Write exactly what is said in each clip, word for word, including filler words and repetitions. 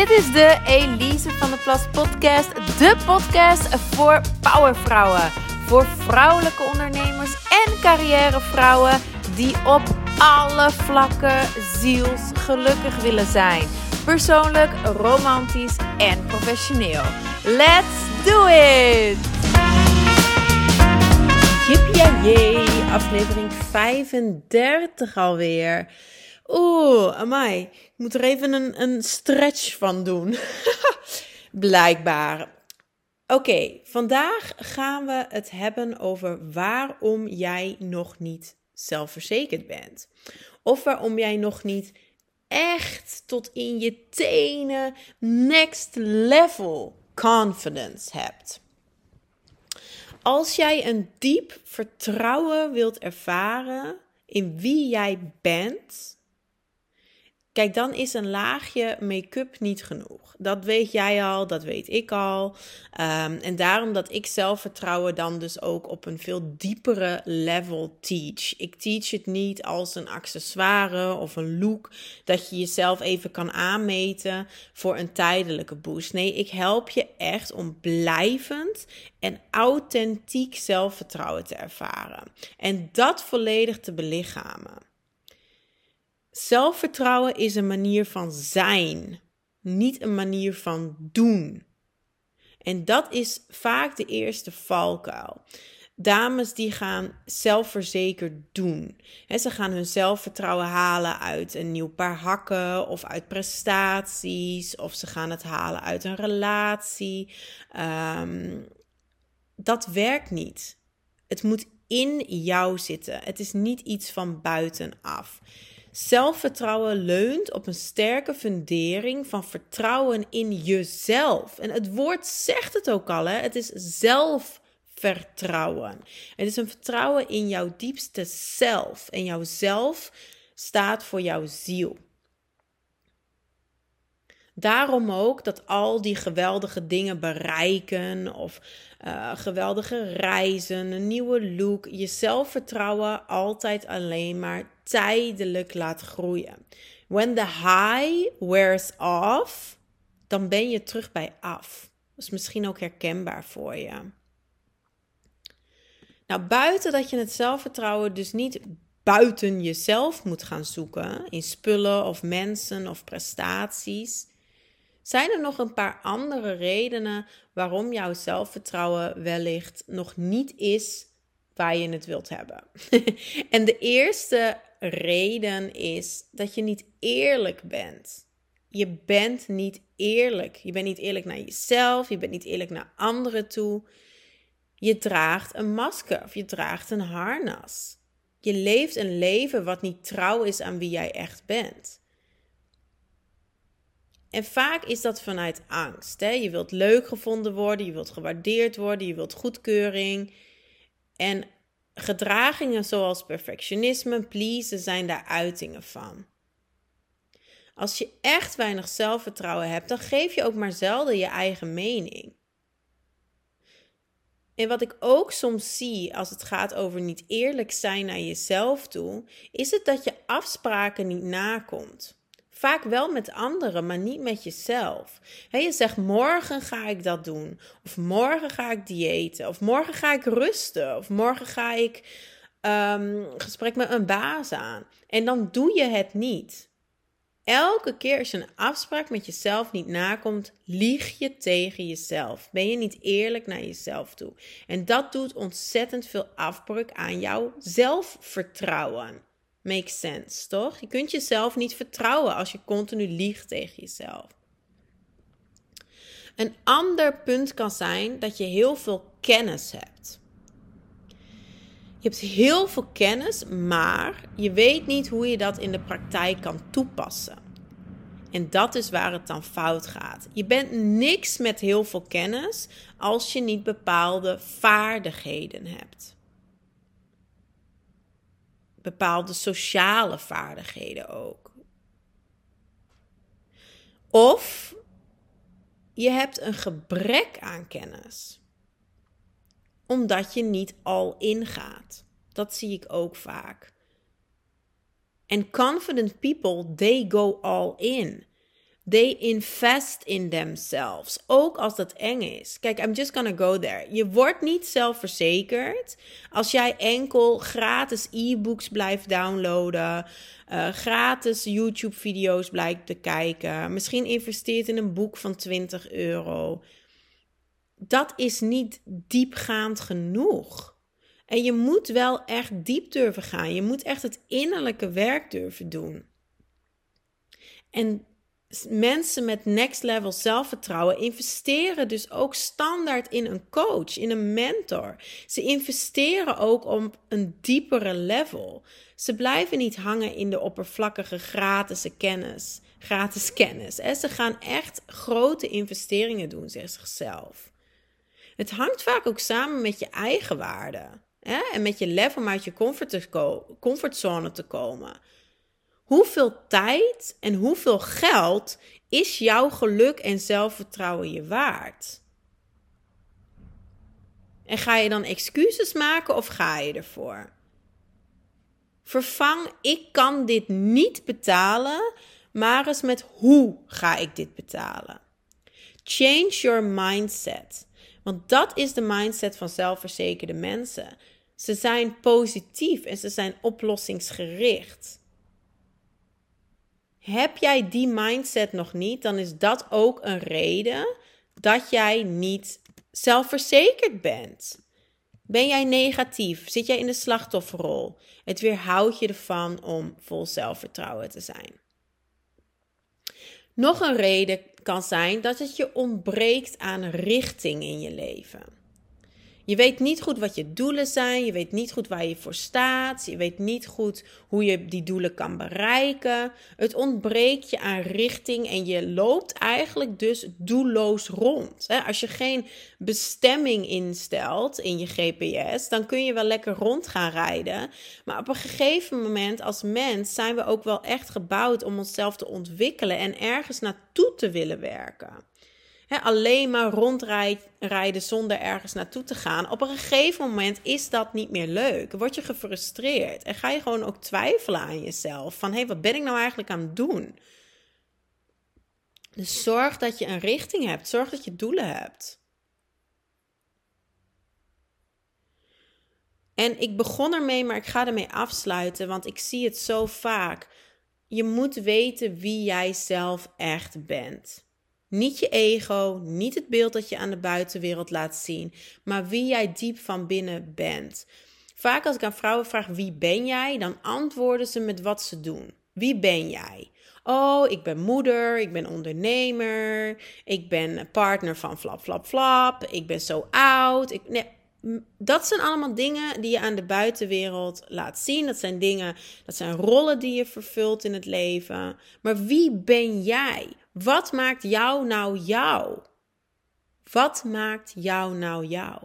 Dit is de Elise van der Plas podcast. De podcast voor powervrouwen. Voor vrouwelijke ondernemers en carrièrevrouwen die op alle vlakken zielsgelukkig willen zijn. Persoonlijk, romantisch en professioneel. Let's do it! Yippie-yay, aflevering vijfendertig alweer. Oeh, amai, ik moet er even een, een stretch van doen. Blijkbaar. Oké, okay, vandaag gaan we het hebben over waarom jij nog niet zelfverzekerd bent. Of waarom jij nog niet echt tot in je tenen next level confidence hebt. Als jij een diep vertrouwen wilt ervaren in wie jij bent, kijk, dan is een laagje make-up niet genoeg. Dat weet jij al, dat weet ik al. Um, en daarom dat ik zelfvertrouwen dan dus ook op een veel diepere level teach. Ik teach het niet als een accessoire of een look dat je jezelf even kan aanmeten voor een tijdelijke boost. Nee, ik help je echt om blijvend en authentiek zelfvertrouwen te ervaren. En dat volledig te belichamen. Zelfvertrouwen is een manier van zijn, niet een manier van doen. En dat is vaak de eerste valkuil. Dames die gaan zelfverzekerd doen. He, ze gaan hun zelfvertrouwen halen uit een nieuw paar hakken of uit prestaties. Of ze gaan het halen uit een relatie. Um, dat werkt niet. Het moet in jou zitten. Het is niet iets van buitenaf. Zelfvertrouwen leunt op een sterke fundering van vertrouwen in jezelf. En het woord zegt het ook al, hè? Het is zelfvertrouwen. Het is een vertrouwen in jouw diepste zelf. En jouw zelf staat voor jouw ziel. Daarom ook dat al die geweldige dingen bereiken of uh, geweldige reizen, een nieuwe look, je zelfvertrouwen altijd alleen maar tijdelijk laat groeien. When the high wears off, dan ben je terug bij af. Dat is misschien ook herkenbaar voor je. Nou, buiten dat je het zelfvertrouwen dus niet buiten jezelf moet gaan zoeken, in spullen of mensen of prestaties, zijn er nog een paar andere redenen waarom jouw zelfvertrouwen wellicht nog niet is waar je het wilt hebben. En de eerste reden is dat je niet eerlijk bent. Je bent niet eerlijk. Je bent niet eerlijk naar jezelf, je bent niet eerlijk naar anderen toe. Je draagt een masker of je draagt een harnas. Je leeft een leven wat niet trouw is aan wie jij echt bent. En vaak is dat vanuit angst. Hè? Je wilt leuk gevonden worden, je wilt gewaardeerd worden, je wilt goedkeuring. En gedragingen zoals perfectionisme, pleasen zijn daar uitingen van. Als je echt weinig zelfvertrouwen hebt, dan geef je ook maar zelden je eigen mening. En wat ik ook soms zie als het gaat over niet eerlijk zijn naar jezelf toe, is het dat je afspraken niet nakomt. Vaak wel met anderen, maar niet met jezelf. He, je zegt, morgen ga ik dat doen. Of morgen ga ik diëten. Of morgen ga ik rusten. Of morgen ga ik um, gesprek met mijn baas aan. En dan doe je het niet. Elke keer als je een afspraak met jezelf niet nakomt, lieg je tegen jezelf. Ben je niet eerlijk naar jezelf toe. En dat doet ontzettend veel afbreuk aan jouw zelfvertrouwen. Makes sense, toch? Je kunt jezelf niet vertrouwen als je continu liegt tegen jezelf. Een ander punt kan zijn dat je heel veel kennis hebt. Je hebt heel veel kennis, maar je weet niet hoe je dat in de praktijk kan toepassen. En dat is waar het dan fout gaat. Je bent niks met heel veel kennis als je niet bepaalde vaardigheden hebt. Bepaalde sociale vaardigheden ook. Of je hebt een gebrek aan kennis. Omdat je niet al ingaat. Dat zie ik ook vaak. En confident people, they go all in. They invest in themselves. Ook als dat eng is. Kijk, I'm just gonna go there. Je wordt niet zelfverzekerd als jij enkel gratis e-books blijft downloaden. Uh, gratis YouTube-video's blijft te kijken. Misschien investeert in een boek van twintig euro. Dat is niet diepgaand genoeg. En je moet wel echt diep durven gaan. Je moet echt het innerlijke werk durven doen. En mensen met next level zelfvertrouwen investeren dus ook standaard in een coach, in een mentor. Ze investeren ook op een diepere level. Ze blijven niet hangen in de oppervlakkige gratis kennis. Gratis kennis. Hè? Ze gaan echt grote investeringen doen, zegt zichzelf. Het hangt vaak ook samen met je eigen waarde. Hè? En met je level om uit je comfort te ko- comfortzone te komen. Hoeveel tijd en hoeveel geld is jouw geluk en zelfvertrouwen je waard? En ga je dan excuses maken of ga je ervoor? Vervang, ik kan dit niet betalen, maar eens met hoe ga ik dit betalen? Change your mindset. Want dat is de mindset van zelfverzekerde mensen. Ze zijn positief en ze zijn oplossingsgericht. Heb jij die mindset nog niet, dan is dat ook een reden dat jij niet zelfverzekerd bent. Ben jij negatief? Zit jij in de slachtofferrol? Het weerhoudt je ervan om vol zelfvertrouwen te zijn. Nog een reden kan zijn dat het je ontbreekt aan richting in je leven. Je weet niet goed wat je doelen zijn, je weet niet goed waar je voor staat, je weet niet goed hoe je die doelen kan bereiken. Het ontbreekt je aan richting en je loopt eigenlijk dus doelloos rond. Als je geen bestemming instelt in je G P S, dan kun je wel lekker rond gaan rijden. Maar op een gegeven moment als mens zijn we ook wel echt gebouwd om onszelf te ontwikkelen en ergens naartoe te willen werken. He, alleen maar rondrijden zonder ergens naartoe te gaan. Op een gegeven moment is dat niet meer leuk. Word je gefrustreerd. En ga je gewoon ook twijfelen aan jezelf. Van, hé, hey, wat ben ik nou eigenlijk aan het doen? Dus zorg dat je een richting hebt. Zorg dat je doelen hebt. En ik begon ermee, maar ik ga ermee afsluiten. Want ik zie het zo vaak. Je moet weten wie jij zelf echt bent. Niet je ego, niet het beeld dat je aan de buitenwereld laat zien, maar wie jij diep van binnen bent. Vaak als ik aan vrouwen vraag wie ben jij, dan antwoorden ze met wat ze doen. Wie ben jij? Oh, ik ben moeder, ik ben ondernemer, ik ben partner van flap, flap, flap, ik ben zo oud. Ik, nee, dat zijn allemaal dingen die je aan de buitenwereld laat zien. Dat zijn dingen, dat zijn rollen die je vervult in het leven. Maar wie ben jij? Wat maakt jou nou jou? Wat maakt jou nou jou?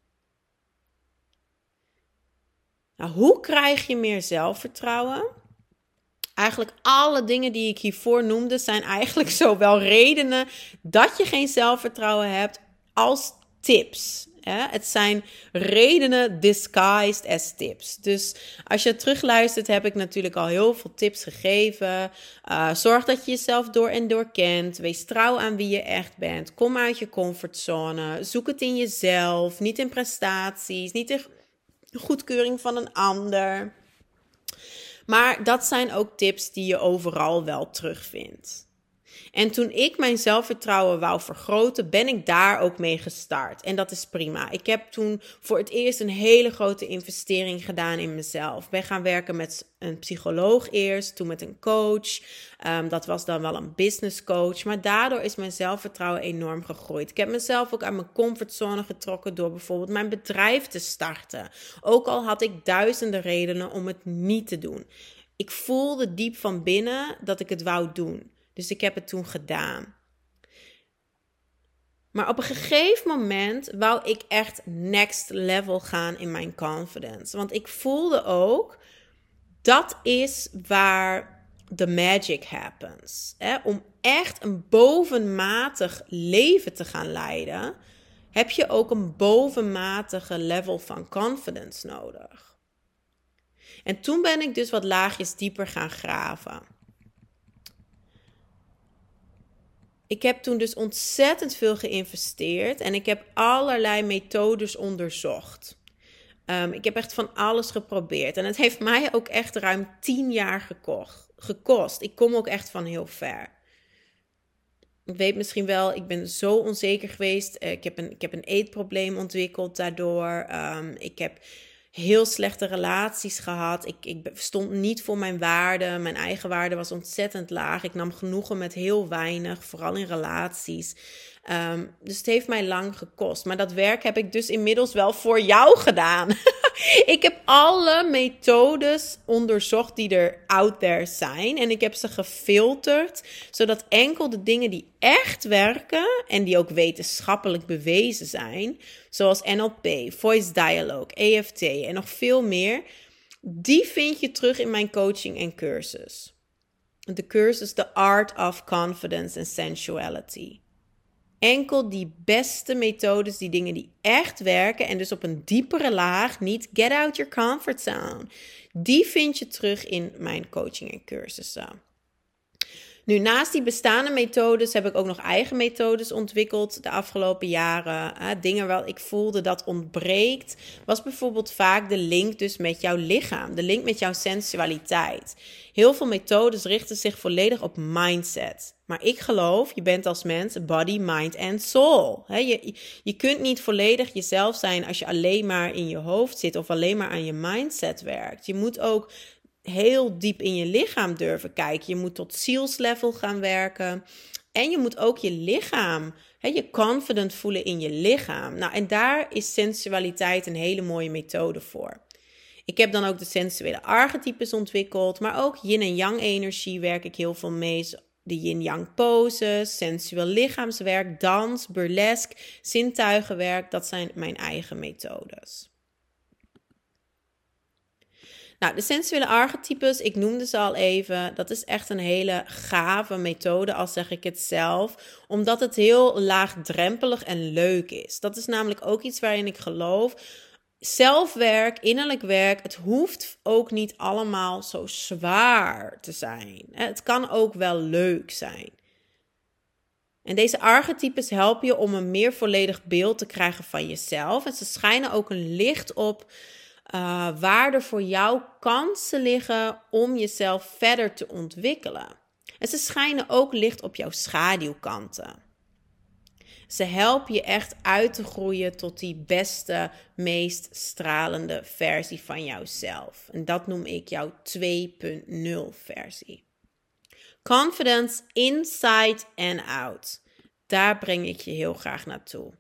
Nou, hoe krijg je meer zelfvertrouwen? Eigenlijk alle dingen die ik hiervoor noemde zijn eigenlijk zowel redenen dat je geen zelfvertrouwen hebt als tips. Het zijn redenen disguised as tips. Dus als je terugluistert heb ik natuurlijk al heel veel tips gegeven. Uh, zorg dat je jezelf door en door kent. Wees trouw aan wie je echt bent. Kom uit je comfortzone. Zoek het in jezelf. Niet in prestaties. Niet in goedkeuring van een ander. Maar dat zijn ook tips die je overal wel terugvindt. En toen ik mijn zelfvertrouwen wou vergroten, ben ik daar ook mee gestart. En dat is prima. Ik heb toen voor het eerst een hele grote investering gedaan in mezelf. Ik ben gaan werken met een psycholoog eerst, toen met een coach. Um, dat was dan wel een business coach. Maar daardoor is mijn zelfvertrouwen enorm gegroeid. Ik heb mezelf ook aan mijn comfortzone getrokken door bijvoorbeeld mijn bedrijf te starten. Ook al had ik duizenden redenen om het niet te doen. Ik voelde diep van binnen dat ik het wou doen. Dus ik heb het toen gedaan. Maar op een gegeven moment wou ik echt next level gaan in mijn confidence. Want ik voelde ook, dat is waar the magic happens. Hè? Om echt een bovenmatig leven te gaan leiden, heb je ook een bovenmatige level van confidence nodig. En toen ben ik dus wat laagjes dieper gaan graven. ik heb toen dus ontzettend veel geïnvesteerd en ik heb allerlei methodes onderzocht. Um, ik heb echt van alles geprobeerd en het heeft mij ook echt ruim tien jaar gekocht, gekost. Ik kom ook echt van heel ver. Ik weet misschien wel, ik ben zo onzeker geweest. Uh, ik heb een, ik heb een eetprobleem ontwikkeld daardoor. Um, ik heb heel slechte relaties gehad. Ik, ik stond niet voor mijn waarde. Mijn eigen waarde was ontzettend laag. Ik nam genoegen met heel weinig, vooral in relaties. Um, dus het heeft mij lang gekost. Maar dat werk heb ik dus inmiddels wel voor jou gedaan. Ik heb alle methodes onderzocht die er out there zijn. En ik heb ze gefilterd, zodat enkel de dingen die echt werken en die ook wetenschappelijk bewezen zijn, zoals N L P, Voice Dialogue, E F T en nog veel meer, die vind je terug in mijn coaching en cursus. De cursus The Art of Confidence and Sensuality. Enkel die beste methodes, die dingen die echt werken en dus op een diepere laag, niet get out your comfort zone, die vind je terug in mijn coaching en cursussen. Nu, naast die bestaande methodes heb ik ook nog eigen methodes ontwikkeld de afgelopen jaren. Uh, dingen waar ik voelde dat ontbreekt, was bijvoorbeeld vaak de link dus met jouw lichaam, de link met jouw sensualiteit. Heel veel methodes richten zich volledig op mindset. Maar ik geloof, je bent als mens body, mind en soul. He, je, je kunt niet volledig jezelf zijn als je alleen maar in je hoofd zit of alleen maar aan je mindset werkt. Je moet ook heel diep in je lichaam durven kijken. Je moet tot zielslevel gaan werken. En je moet ook je lichaam, he, je confident voelen in je lichaam. Nou, en daar is sensualiteit een hele mooie methode voor. Ik heb dan ook de sensuele archetypes ontwikkeld, maar ook yin en yang energie werk ik heel veel mee. De yin-yang poses, sensueel lichaamswerk, dans, burlesque, zintuigenwerk, dat zijn mijn eigen methodes. Nou, de sensuele archetypes, ik noemde ze al even, dat is echt een hele gave methode, al zeg ik het zelf, omdat het heel laagdrempelig en leuk is. Dat is namelijk ook iets waarin ik geloof. Zelfwerk, innerlijk werk, het hoeft ook niet allemaal zo zwaar te zijn. Het kan ook wel leuk zijn. En deze archetypes helpen je om een meer volledig beeld te krijgen van jezelf. En ze schijnen ook een licht op uh, waar er voor jou kansen liggen om jezelf verder te ontwikkelen. En ze schijnen ook licht op jouw schaduwkanten. Ze helpen je echt uit te groeien tot die beste, meest stralende versie van jouzelf. En dat noem ik jouw twee punt nul versie. Confidence inside and out. Daar breng ik je heel graag naartoe.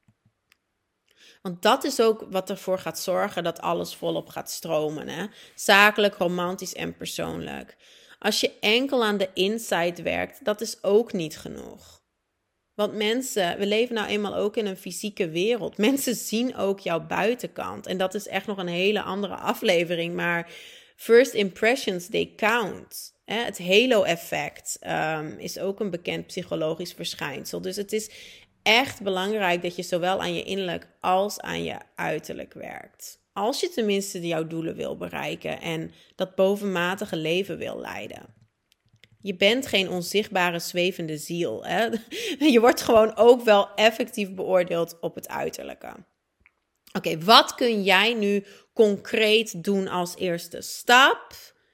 Want dat is ook wat ervoor gaat zorgen dat alles volop gaat stromen. Hè? Zakelijk, romantisch en persoonlijk. Als je enkel aan de inside werkt, dat is ook niet genoeg. Want mensen, we leven nou eenmaal ook in een fysieke wereld. Mensen zien ook jouw buitenkant. En dat is echt nog een hele andere aflevering. Maar first impressions, they count. Het halo-effect um, is ook een bekend psychologisch verschijnsel. Dus het is echt belangrijk dat je zowel aan je innerlijk als aan je uiterlijk werkt. Als je tenminste jouw doelen wil bereiken en dat bovenmatige leven wil leiden. Je bent geen onzichtbare zwevende ziel. Hè? Je wordt gewoon ook wel effectief beoordeeld op het uiterlijke. Oké, okay, wat kun jij nu concreet doen als eerste stap?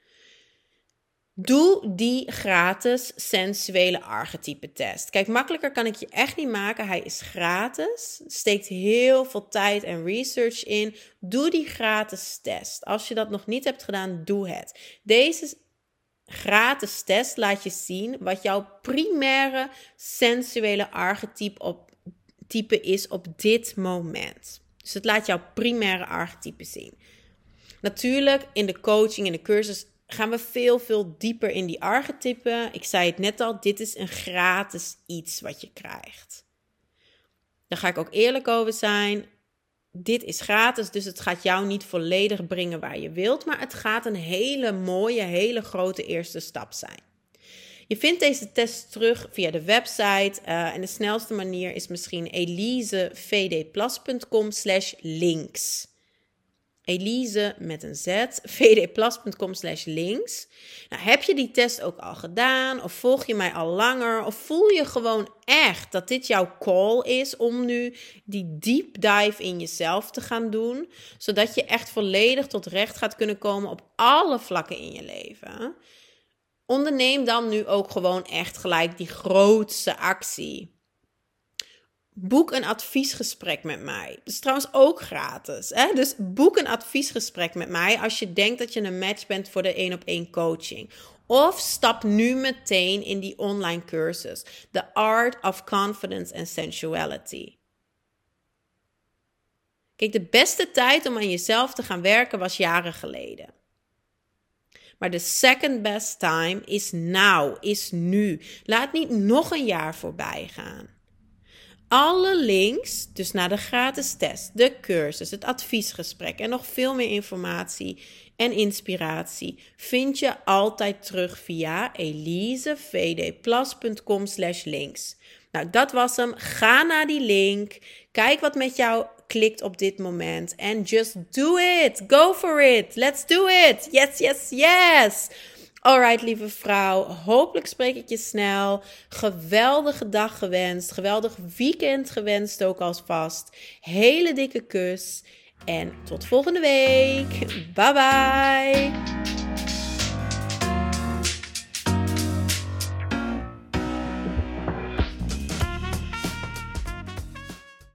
Doe die gratis sensuele archetype test. Kijk, makkelijker kan ik je echt niet maken. Hij is gratis. Steekt heel veel tijd en research in. Doe die gratis test. Als je dat nog niet hebt gedaan, doe het. Deze gratis test laat je zien wat jouw primaire sensuele archetype op, type is op dit moment. Dus het laat jouw primaire archetype zien. Natuurlijk, in de coaching, in de cursus gaan we veel, veel dieper in die archetypen. Ik zei het net al, dit is een gratis iets wat je krijgt. Daar ga ik ook eerlijk over zijn. Dit is gratis, dus het gaat jou niet volledig brengen waar je wilt, maar het gaat een hele mooie, hele grote eerste stap zijn. Je vindt deze test terug via de website uh, en de snelste manier is misschien elisevdplas punt com slash links. Elise met een Z, vdplus.com slash links. Nou, heb je die test ook al gedaan? Of volg je mij al langer? Of voel je gewoon echt dat dit jouw call is om nu die deep dive in jezelf te gaan doen? Zodat je echt volledig tot recht gaat kunnen komen op alle vlakken in je leven. Onderneem dan nu ook gewoon echt gelijk die grootste actie. Boek een adviesgesprek met mij. Dat is trouwens ook gratis. Hè? Dus boek een adviesgesprek met mij als je denkt dat je een match bent voor de één op één coaching. Of stap nu meteen in die online cursus. The Art of Confidence and Sensuality. Kijk, de beste tijd om aan jezelf te gaan werken was jaren geleden. Maar de second best time is now, is nu. Laat niet nog een jaar voorbij gaan. Alle links, dus naar de gratis test, de cursus, het adviesgesprek en nog veel meer informatie en inspiratie vind je altijd terug via elisevdplus.com slash links. Nou, dat was hem. Ga naar die link. Kijk wat met jou klikt op dit moment. En just do it. Go for it. Let's do it. Yes, yes, yes. Alright, lieve vrouw. Hopelijk spreek ik je snel. Geweldige dag gewenst. Geweldig weekend gewenst ook alvast. Hele dikke kus. En tot volgende week. Bye bye.